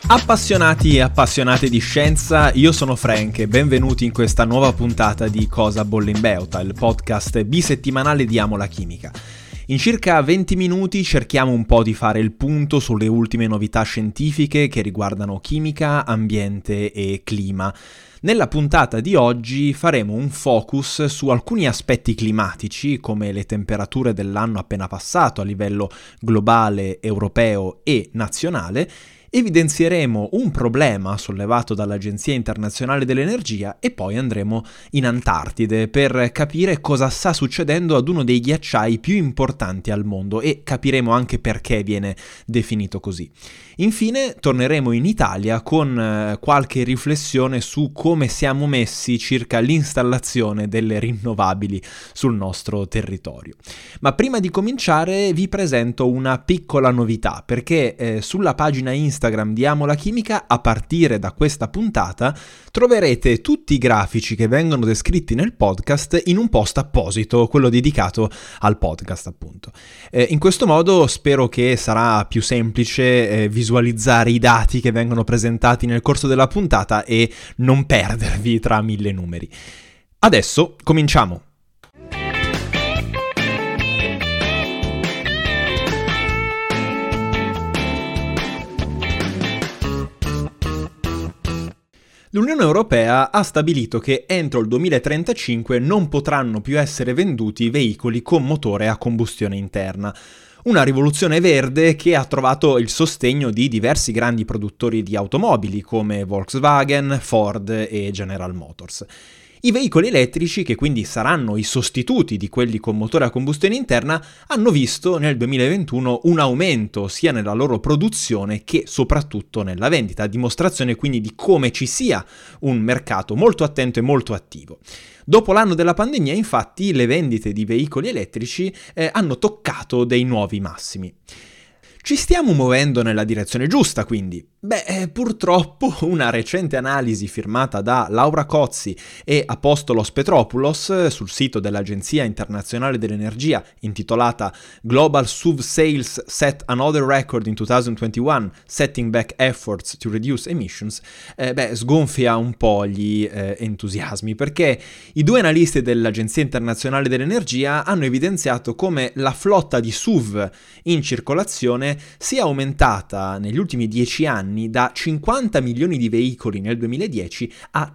Appassionati e appassionate di scienza, io sono Frank e benvenuti in questa nuova puntata di Cosa bolle in Beuta, il podcast bisettimanale di Amo la Chimica. In circa 20 minuti cerchiamo un po' di fare il punto sulle ultime novità scientifiche che riguardano chimica, ambiente e clima. Nella puntata di oggi faremo un focus su alcuni aspetti climatici, come le temperature dell'anno appena passato a livello globale, europeo e nazionale. Evidenzieremo un problema sollevato dall'Agenzia Internazionale dell'Energia e poi andremo in Antartide per capire cosa sta succedendo ad uno dei ghiacciai più importanti al mondo e capiremo anche perché viene definito così. Infine torneremo in Italia con qualche riflessione su come siamo messi circa l'installazione delle rinnovabili sul nostro territorio. Ma prima di cominciare vi presento una piccola novità, perché sulla pagina Instagram di Amo la Chimica, a partire da questa puntata, troverete tutti i grafici che vengono descritti nel podcast in un post apposito, quello dedicato al podcast appunto. In questo modo spero che sarà più semplice visualizzare i dati che vengono presentati nel corso della puntata e non perdervi tra mille numeri. Adesso cominciamo! L'Unione Europea ha stabilito che entro il 2035 non potranno più essere venduti veicoli con motore a combustione interna. Una rivoluzione verde che ha trovato il sostegno di diversi grandi produttori di automobili come Volkswagen, Ford e General Motors. I veicoli elettrici, che quindi saranno i sostituti di quelli con motore a combustione interna, hanno visto nel 2021 un aumento sia nella loro produzione che soprattutto nella vendita, a dimostrazione quindi di come ci sia un mercato molto attento e molto attivo. Dopo l'anno della pandemia, infatti, le vendite di veicoli elettrici hanno toccato dei nuovi massimi. Ci stiamo muovendo nella direzione giusta, quindi? Purtroppo una recente analisi firmata da Laura Cozzi e Apostolos Petropoulos sul sito dell'Agenzia Internazionale dell'Energia, intitolata Global SUV Sales Set Another Record in 2021, Setting Back Efforts to Reduce Emissions, sgonfia un po' gli entusiasmi, perché i due analisti dell'Agenzia Internazionale dell'Energia hanno evidenziato come la flotta di SUV in circolazione sia aumentata negli ultimi 10 anni da 50 milioni di veicoli nel 2010 a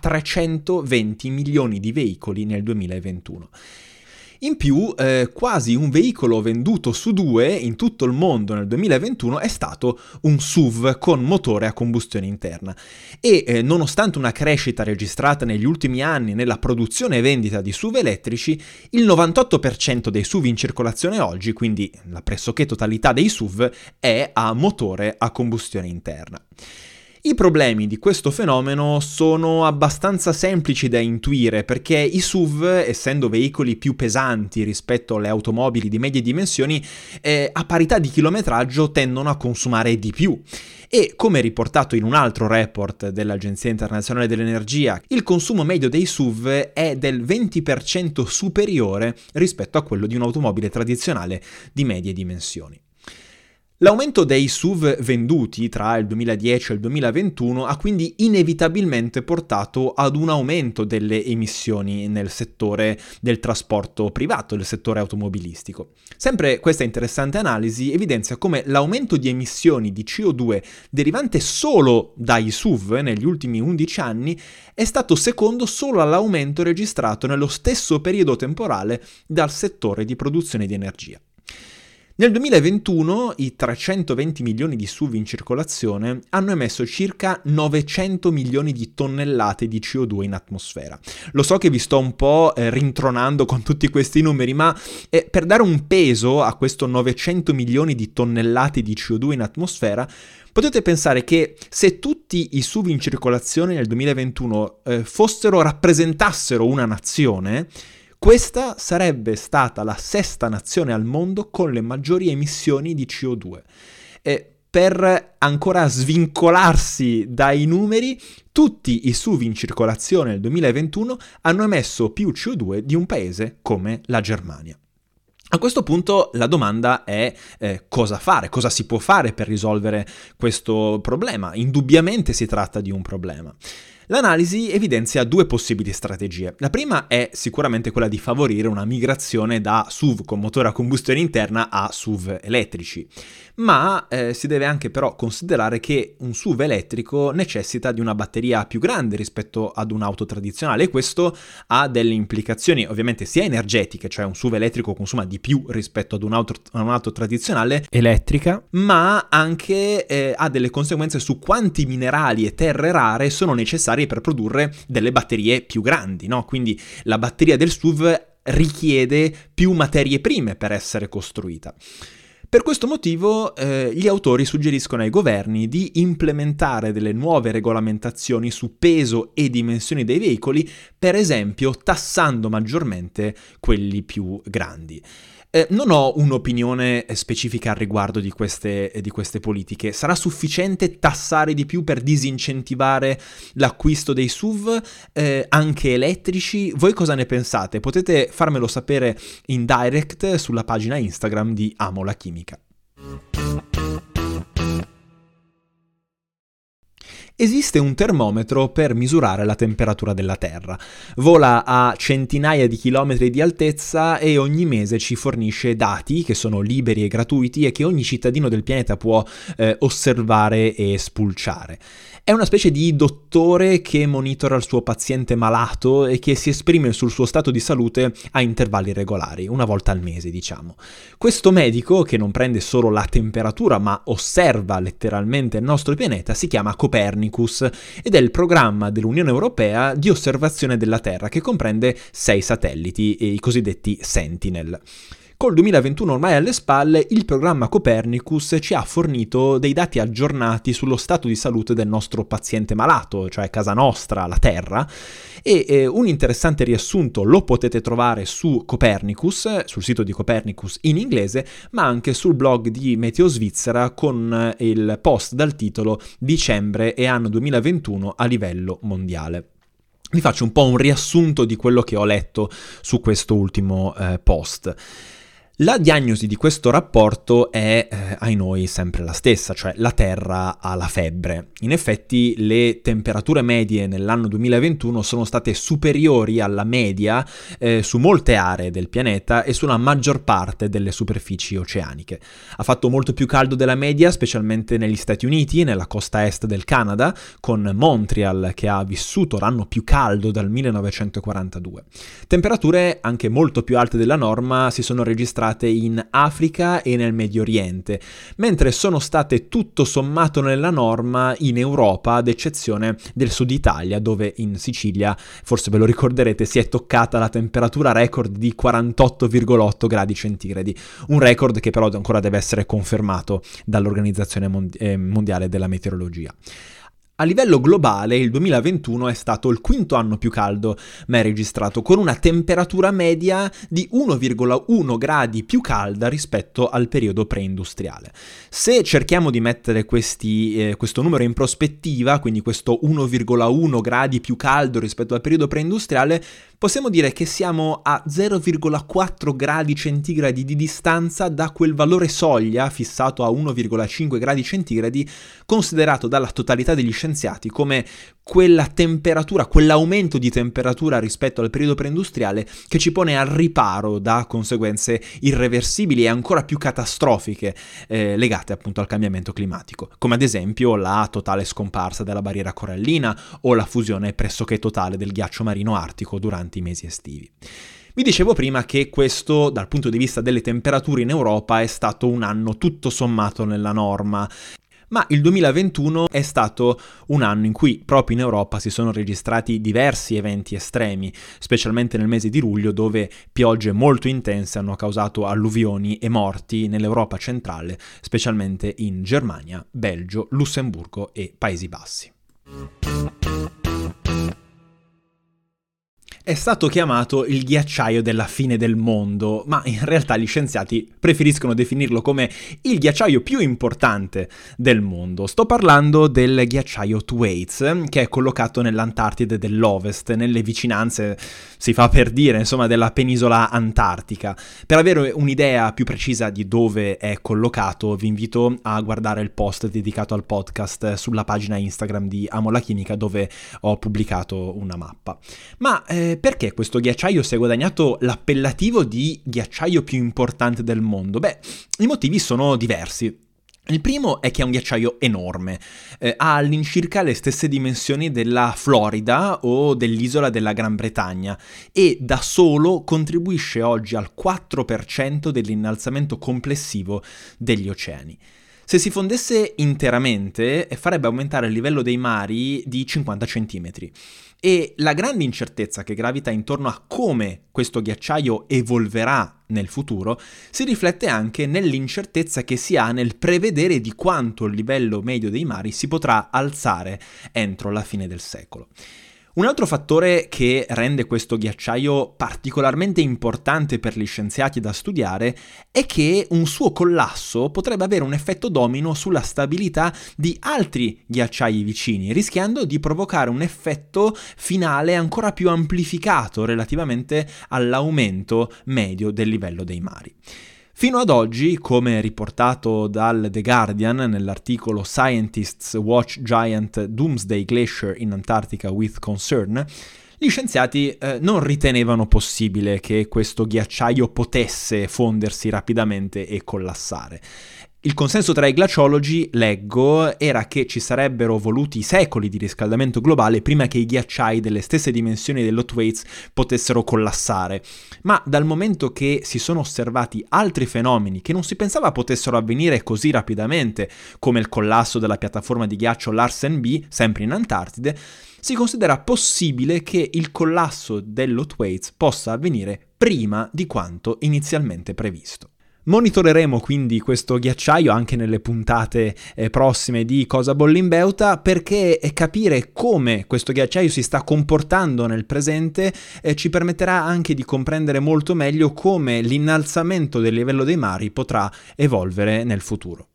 320 milioni di veicoli nel 2021. In più, quasi un veicolo venduto su due in tutto il mondo nel 2021 è stato un SUV con motore a combustione interna. E nonostante una crescita registrata negli ultimi anni nella produzione e vendita di SUV elettrici, il 98% dei SUV in circolazione oggi, quindi la pressoché totalità dei SUV, è a motore a combustione interna. I problemi di questo fenomeno sono abbastanza semplici da intuire, perché i SUV, essendo veicoli più pesanti rispetto alle automobili di medie dimensioni, a parità di chilometraggio tendono a consumare di più. E come riportato in un altro report dell'Agenzia Internazionale dell'Energia, il consumo medio dei SUV è del 20% superiore rispetto a quello di un'automobile tradizionale di medie dimensioni. L'aumento dei SUV venduti tra il 2010 e il 2021 ha quindi inevitabilmente portato ad un aumento delle emissioni nel settore del trasporto privato, del settore automobilistico. Sempre questa interessante analisi evidenzia come l'aumento di emissioni di CO2 derivante solo dai SUV negli ultimi 11 anni è stato secondo solo all'aumento registrato nello stesso periodo temporale dal settore di produzione di energia. Nel 2021 i 320 milioni di SUV in circolazione hanno emesso circa 900 milioni di tonnellate di CO2 in atmosfera. Lo so che vi sto un po' rintronando con tutti questi numeri, ma per dare un peso a questo 900 milioni di tonnellate di CO2 in atmosfera, potete pensare che se tutti i SUV in circolazione nel 2021 rappresentassero una nazione, questa sarebbe stata la sesta nazione al mondo con le maggiori emissioni di CO2. Per ancora svincolarsi dai numeri, tutti i SUV in circolazione nel 2021 hanno emesso più CO2 di un paese come la Germania. A questo punto la domanda è cosa fare, cosa si può fare per risolvere questo problema. Indubbiamente si tratta di un problema. L'analisi evidenzia due possibili strategie. La prima è sicuramente quella di favorire una migrazione da SUV con motore a combustione interna a SUV elettrici, ma si deve anche però considerare che un SUV elettrico necessita di una batteria più grande rispetto ad un'auto tradizionale e questo ha delle implicazioni ovviamente sia energetiche, cioè un SUV elettrico consuma di più rispetto ad un'auto tradizionale elettrica, ma anche ha delle conseguenze su quanti minerali e terre rare sono necessari per produrre delle batterie più grandi, no? Quindi la batteria del SUV richiede più materie prime per essere costruita. Per questo motivo gli autori suggeriscono ai governi di implementare delle nuove regolamentazioni su peso e dimensioni dei veicoli, per esempio tassando maggiormente quelli più grandi. Non ho un'opinione specifica al riguardo di queste politiche. Sarà sufficiente tassare di più per disincentivare l'acquisto dei SUV, anche elettrici? Voi cosa ne pensate? Potete farmelo sapere in direct sulla pagina Instagram di Amo la Chimica. Esiste un termometro per misurare la temperatura della Terra. Vola a centinaia di chilometri di altezza e ogni mese ci fornisce dati che sono liberi e gratuiti e che ogni cittadino del pianeta può osservare e spulciare. È una specie di dottore che monitora il suo paziente malato e che si esprime sul suo stato di salute a intervalli regolari, una volta al mese, diciamo. Questo medico, che non prende solo la temperatura ma osserva letteralmente il nostro pianeta, si chiama Copernicus ed è il programma dell'Unione Europea di osservazione della Terra che comprende 6 satelliti, i cosiddetti Sentinel. Col 2021 ormai alle spalle, il programma Copernicus ci ha fornito dei dati aggiornati sullo stato di salute del nostro paziente malato, cioè casa nostra, la Terra, e un interessante riassunto lo potete trovare su Copernicus, sul sito di Copernicus in inglese, ma anche sul blog di Meteo Svizzera con il post dal titolo Dicembre e anno 2021 a livello mondiale. Vi faccio un po' un riassunto di quello che ho letto su questo ultimo post. La diagnosi di questo rapporto è, ai noi, sempre la stessa, cioè la Terra ha la febbre. In effetti le temperature medie nell'anno 2021 sono state superiori alla media su molte aree del pianeta e sulla maggior parte delle superfici oceaniche. Ha fatto molto più caldo della media, specialmente negli Stati Uniti e nella costa est del Canada, con Montreal che ha vissuto l'anno più caldo dal 1942. Temperature anche molto più alte della norma si sono registrate in Africa e nel Medio Oriente, mentre sono state tutto sommato nella norma in Europa, ad eccezione del Sud Italia, dove in Sicilia, forse ve lo ricorderete, si è toccata la temperatura record di 48,8 gradi centigradi, un record che però ancora deve essere confermato dall'Organizzazione Mondiale della Meteorologia. A livello globale il 2021 è stato il quinto anno più caldo mai registrato, con una temperatura media di 1,1 gradi più calda rispetto al periodo preindustriale. Se cerchiamo di mettere questo numero in prospettiva, quindi questo 1,1 gradi più caldo rispetto al periodo preindustriale, possiamo dire che siamo a 0,4 gradi centigradi di distanza da quel valore soglia fissato a 1,5 gradi centigradi, considerato dalla totalità degli scienziati come quella temperatura, quell'aumento di temperatura rispetto al periodo preindustriale che ci pone al riparo da conseguenze irreversibili e ancora più catastrofiche legate appunto al cambiamento climatico, come ad esempio la totale scomparsa della barriera corallina o la fusione pressoché totale del ghiaccio marino artico durante i mesi estivi. Vi dicevo prima che questo, dal punto di vista delle temperature in Europa, è stato un anno tutto sommato nella norma. Ma il 2021 è stato un anno in cui proprio in Europa si sono registrati diversi eventi estremi, specialmente nel mese di luglio, dove piogge molto intense hanno causato alluvioni e morti nell'Europa centrale, specialmente in Germania, Belgio, Lussemburgo e Paesi Bassi. È stato chiamato il ghiacciaio della fine del mondo, ma in realtà gli scienziati preferiscono definirlo come il ghiacciaio più importante del mondo. Sto parlando del ghiacciaio Thwaites, che è collocato nell'Antartide dell'Ovest, nelle vicinanze, si fa per dire, insomma, della penisola antartica. Per avere un'idea più precisa di dove è collocato, vi invito a guardare il post dedicato al podcast sulla pagina Instagram di Amo la Chimica, dove ho pubblicato una mappa. Ma perché questo ghiacciaio si è guadagnato l'appellativo di ghiacciaio più importante del mondo? Beh, i motivi sono diversi. Il primo è che è un ghiacciaio enorme, ha all'incirca le stesse dimensioni della Florida o dell'isola della Gran Bretagna e da solo contribuisce oggi al 4% dell'innalzamento complessivo degli oceani. Se si fondesse interamente, farebbe aumentare il livello dei mari di 50 centimetri. E la grande incertezza che gravita intorno a come questo ghiacciaio evolverà nel futuro si riflette anche nell'incertezza che si ha nel prevedere di quanto il livello medio dei mari si potrà alzare entro la fine del secolo. Un altro fattore che rende questo ghiacciaio particolarmente importante per gli scienziati da studiare è che un suo collasso potrebbe avere un effetto domino sulla stabilità di altri ghiacciai vicini, rischiando di provocare un effetto finale ancora più amplificato relativamente all'aumento medio del livello dei mari. Fino ad oggi, come riportato dal The Guardian nell'articolo Scientists Watch Giant Doomsday Glacier in Antarctica with Concern, gli scienziati non ritenevano possibile che questo ghiacciaio potesse fondersi rapidamente e collassare. Il consenso tra i glaciologi, leggo, era che ci sarebbero voluti secoli di riscaldamento globale prima che i ghiacciai delle stesse dimensioni dello Thwaites potessero collassare. Ma dal momento che si sono osservati altri fenomeni che non si pensava potessero avvenire così rapidamente, come il collasso della piattaforma di ghiaccio Larsen B, sempre in Antartide, si considera possibile che il collasso dello Thwaites possa avvenire prima di quanto inizialmente previsto. Monitoreremo quindi questo ghiacciaio anche nelle puntate prossime di Cosa bolle in Beuta, perché capire come questo ghiacciaio si sta comportando nel presente ci permetterà anche di comprendere molto meglio come l'innalzamento del livello dei mari potrà evolvere nel futuro.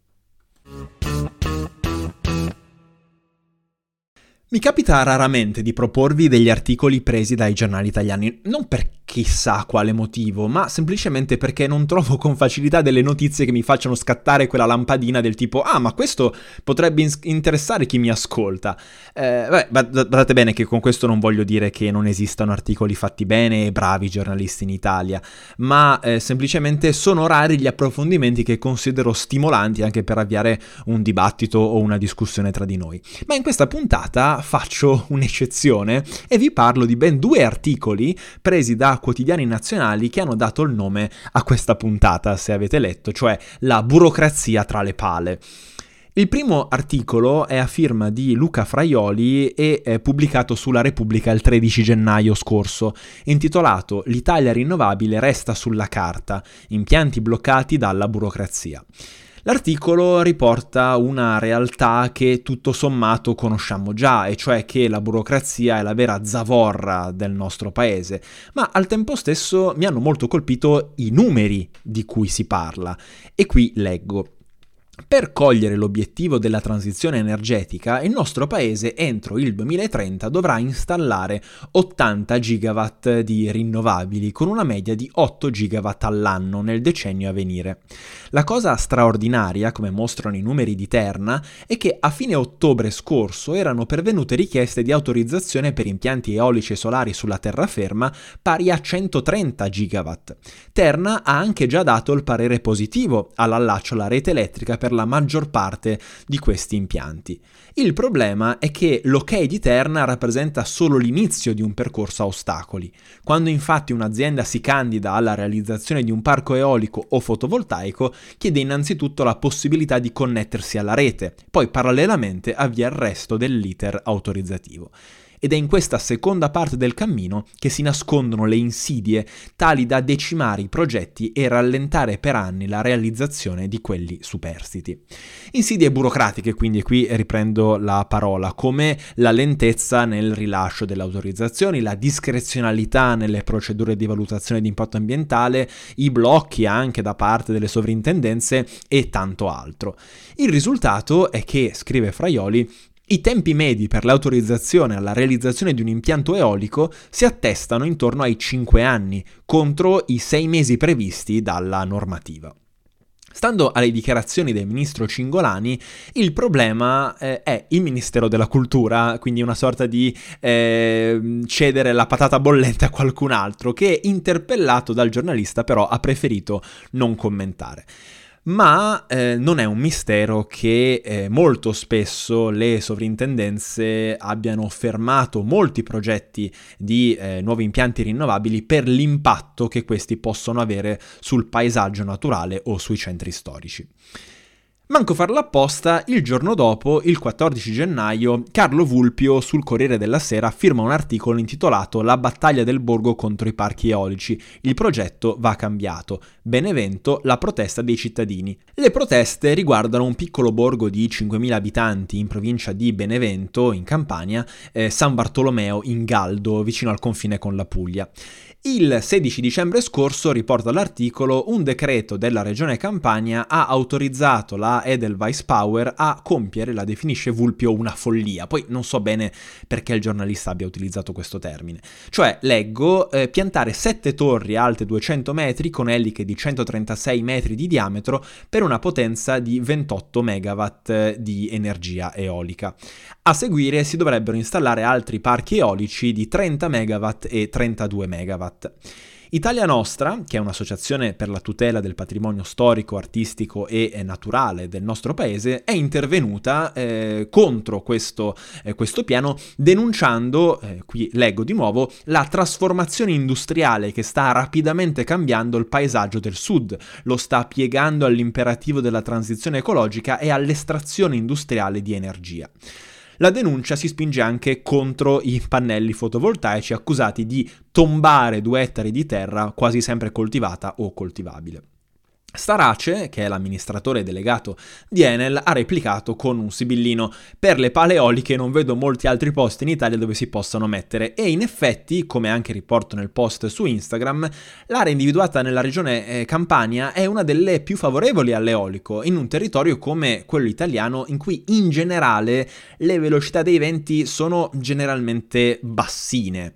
Mi capita raramente di proporvi degli articoli presi dai giornali italiani, non per chissà quale motivo, ma semplicemente perché non trovo con facilità delle notizie che mi facciano scattare quella lampadina del tipo «Ah, ma questo potrebbe interessare chi mi ascolta». Badate bene che con questo non voglio dire che non esistano articoli fatti bene e bravi giornalisti in Italia, ma semplicemente sono rari gli approfondimenti che considero stimolanti anche per avviare un dibattito o una discussione tra di noi. Ma in questa puntata faccio un'eccezione e vi parlo di ben 2 articoli presi da quotidiani nazionali che hanno dato il nome a questa puntata, se avete letto, cioè la burocrazia tra le pale. Il primo articolo è a firma di Luca Fraioli e è pubblicato sulla Repubblica il 13 gennaio scorso, intitolato «L'Italia rinnovabile resta sulla carta, impianti bloccati dalla burocrazia». L'articolo riporta una realtà che tutto sommato conosciamo già, e cioè che la burocrazia è la vera zavorra del nostro paese, ma al tempo stesso mi hanno molto colpito i numeri di cui si parla. E qui leggo. Per cogliere l'obiettivo della transizione energetica, il nostro paese entro il 2030 dovrà installare 80 gigawatt di rinnovabili, con una media di 8 gigawatt all'anno nel decennio a venire. La cosa straordinaria, come mostrano i numeri di Terna, è che a fine ottobre scorso erano pervenute richieste di autorizzazione per impianti eolici e solari sulla terraferma pari a 130 gigawatt. Terna ha anche già dato il parere positivo all'allaccio alla rete elettrica per la maggior parte di questi impianti. Il problema è che l'ok di Terna rappresenta solo l'inizio di un percorso a ostacoli. Quando infatti un'azienda si candida alla realizzazione di un parco eolico o fotovoltaico, chiede innanzitutto la possibilità di connettersi alla rete, poi parallelamente avvia il resto dell'iter autorizzativo. Ed è in questa seconda parte del cammino che si nascondono le insidie tali da decimare i progetti e rallentare per anni la realizzazione di quelli superstiti. Insidie burocratiche, quindi qui riprendo la parola, come la lentezza nel rilascio delle autorizzazioni, la discrezionalità nelle procedure di valutazione di impatto ambientale, i blocchi anche da parte delle sovrintendenze e tanto altro. Il risultato è che, scrive Fraioli, i tempi medi per l'autorizzazione alla realizzazione di un impianto eolico si attestano intorno ai 5 anni, contro i 6 mesi previsti dalla normativa. Stando alle dichiarazioni del ministro Cingolani, il problema è il Ministero della Cultura, quindi una sorta di cedere la patata bollente a qualcun altro, che, interpellato dal giornalista, però ha preferito non commentare. Ma non è un mistero che molto spesso le sovrintendenze abbiano fermato molti progetti di nuovi impianti rinnovabili per l'impatto che questi possono avere sul paesaggio naturale o sui centri storici. Manco farlo apposta, il giorno dopo, il 14 gennaio, Carlo Vulpio sul Corriere della Sera firma un articolo intitolato La battaglia del borgo contro i parchi eolici. Il progetto va cambiato. Benevento, la protesta dei cittadini. Le proteste riguardano un piccolo borgo di 5.000 abitanti in provincia di Benevento, in Campania, San Bartolomeo in Galdo, vicino al confine con la Puglia. Il 16 dicembre scorso, riporta l'articolo, un decreto della regione Campania ha autorizzato la Edelweiss Power a compiere, la definisce Vulpio, una follia. Poi non so bene perché il giornalista abbia utilizzato questo termine. Cioè, leggo, piantare 7 torri alte 200 metri con eliche di 136 metri di diametro per una potenza di 28 megawatt di energia eolica. A seguire si dovrebbero installare altri parchi eolici di 30 megawatt e 32 megawatt. Italia Nostra, che è un'associazione per la tutela del patrimonio storico, artistico e naturale del nostro paese, è intervenuta contro questo piano, denunciando, qui leggo di nuovo, la trasformazione industriale che sta rapidamente cambiando il paesaggio del sud, lo sta piegando all'imperativo della transizione ecologica e all'estrazione industriale di energia. La denuncia si spinge anche contro i pannelli fotovoltaici accusati di tombare 2 ettari di terra quasi sempre coltivata o coltivabile. Starace, che è l'amministratore delegato di Enel, ha replicato con un sibillino: per le pale eoliche non vedo molti altri posti in Italia dove si possano mettere, e in effetti, come anche riporto nel post su Instagram, l'area individuata nella regione Campania è una delle più favorevoli all'eolico, in un territorio come quello italiano in cui in generale le velocità dei venti sono generalmente bassine.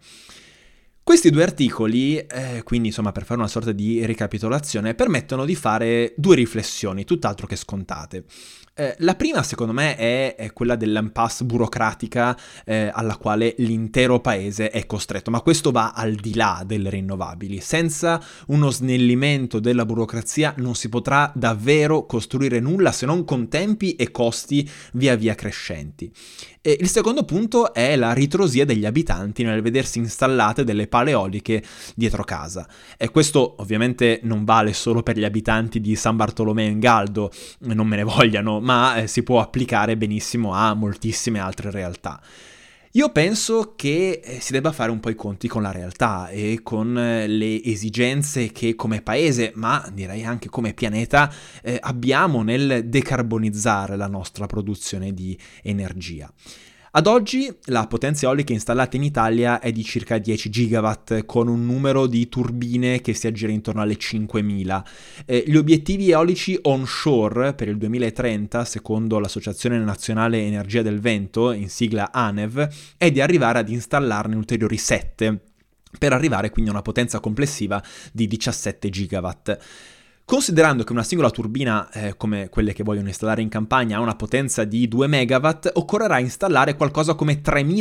Questi 2 articoli, quindi insomma per fare una sorta di ricapitolazione, permettono di fare 2 riflessioni, tutt'altro che scontate. La prima, secondo me, è quella dell'impasse burocratica alla quale l'intero paese è costretto, ma questo va al di là delle rinnovabili. Senza uno snellimento della burocrazia non si potrà davvero costruire nulla, se non con tempi e costi via via crescenti. E il secondo punto è la ritrosia degli abitanti nel vedersi installate delle pale eoliche dietro casa. E questo ovviamente non vale solo per gli abitanti di San Bartolomeo in Galdo, non me ne vogliano, ma si può applicare benissimo a moltissime altre realtà. Io penso che si debba fare un po' i conti con la realtà e con le esigenze che come paese, ma direi anche come pianeta, abbiamo nel decarbonizzare la nostra produzione di energia. Ad oggi la potenza eolica installata in Italia è di circa 10 gigawatt, con un numero di turbine che si aggira intorno alle 5.000. Gli obiettivi eolici onshore per il 2030, secondo l'Associazione Nazionale Energia del Vento, in sigla ANEV, è di arrivare ad installarne ulteriori 7, per arrivare quindi a una potenza complessiva di 17 gigawatt. Considerando che una singola turbina, come quelle che vogliono installare in Campania, ha una potenza di 2 megawatt, occorrerà installare qualcosa come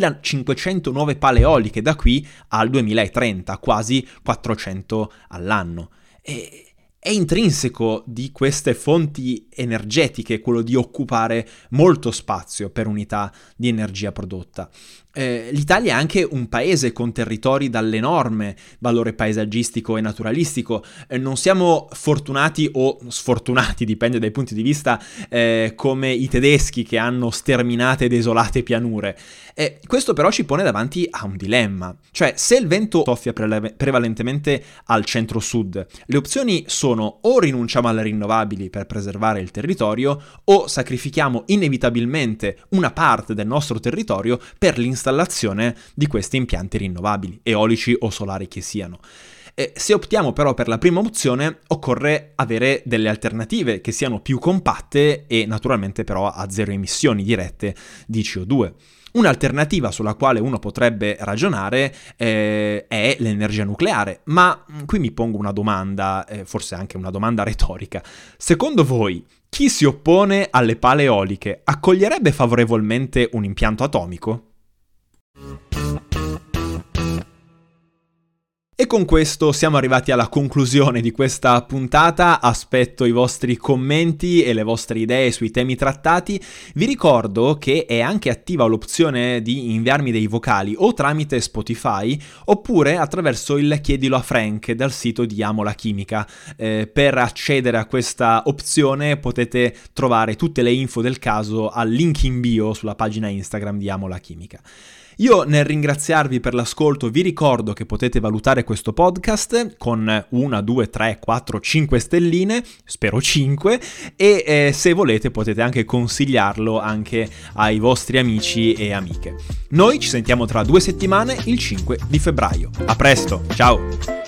3.500 nuove pale eoliche da qui al 2030, quasi 400 all'anno. È intrinseco di queste fonti energetiche quello di occupare molto spazio per unità di energia prodotta. L'Italia è anche un paese con territori dall'enorme valore paesaggistico e naturalistico. Non siamo fortunati o sfortunati, dipende dai punti di vista, come i tedeschi che hanno sterminate e desolate pianure. Questo però ci pone davanti a un dilemma, cioè se il vento soffia prevalentemente al centro-sud, le opzioni sono o rinunciamo alle rinnovabili per preservare il territorio o sacrifichiamo inevitabilmente una parte del nostro territorio per l'installazione di questi impianti rinnovabili, eolici o solari che siano. Se optiamo però per la prima opzione, occorre avere delle alternative che siano più compatte e naturalmente però a zero emissioni dirette di CO2. Un'alternativa sulla quale uno potrebbe ragionare è l'energia nucleare, ma qui mi pongo una domanda, forse anche una domanda retorica. Secondo voi, chi si oppone alle pale eoliche accoglierebbe favorevolmente un impianto atomico? E con questo siamo arrivati alla conclusione di questa puntata. Aspetto i vostri commenti e le vostre idee sui temi trattati. Vi ricordo che è anche attiva l'opzione di inviarmi dei vocali o tramite Spotify oppure attraverso il chiedilo a Frank dal sito di Amo la Chimica. Per accedere a questa opzione potete trovare tutte le info del caso al link in bio sulla pagina Instagram di Amo la Chimica. Io nel ringraziarvi per l'ascolto vi ricordo che potete valutare questo podcast con 1, 2, 3, 4, 5 stelline, spero 5, e se volete potete anche consigliarlo anche ai vostri amici e amiche. Noi ci sentiamo tra 2 settimane, il 5 di febbraio. A presto, ciao!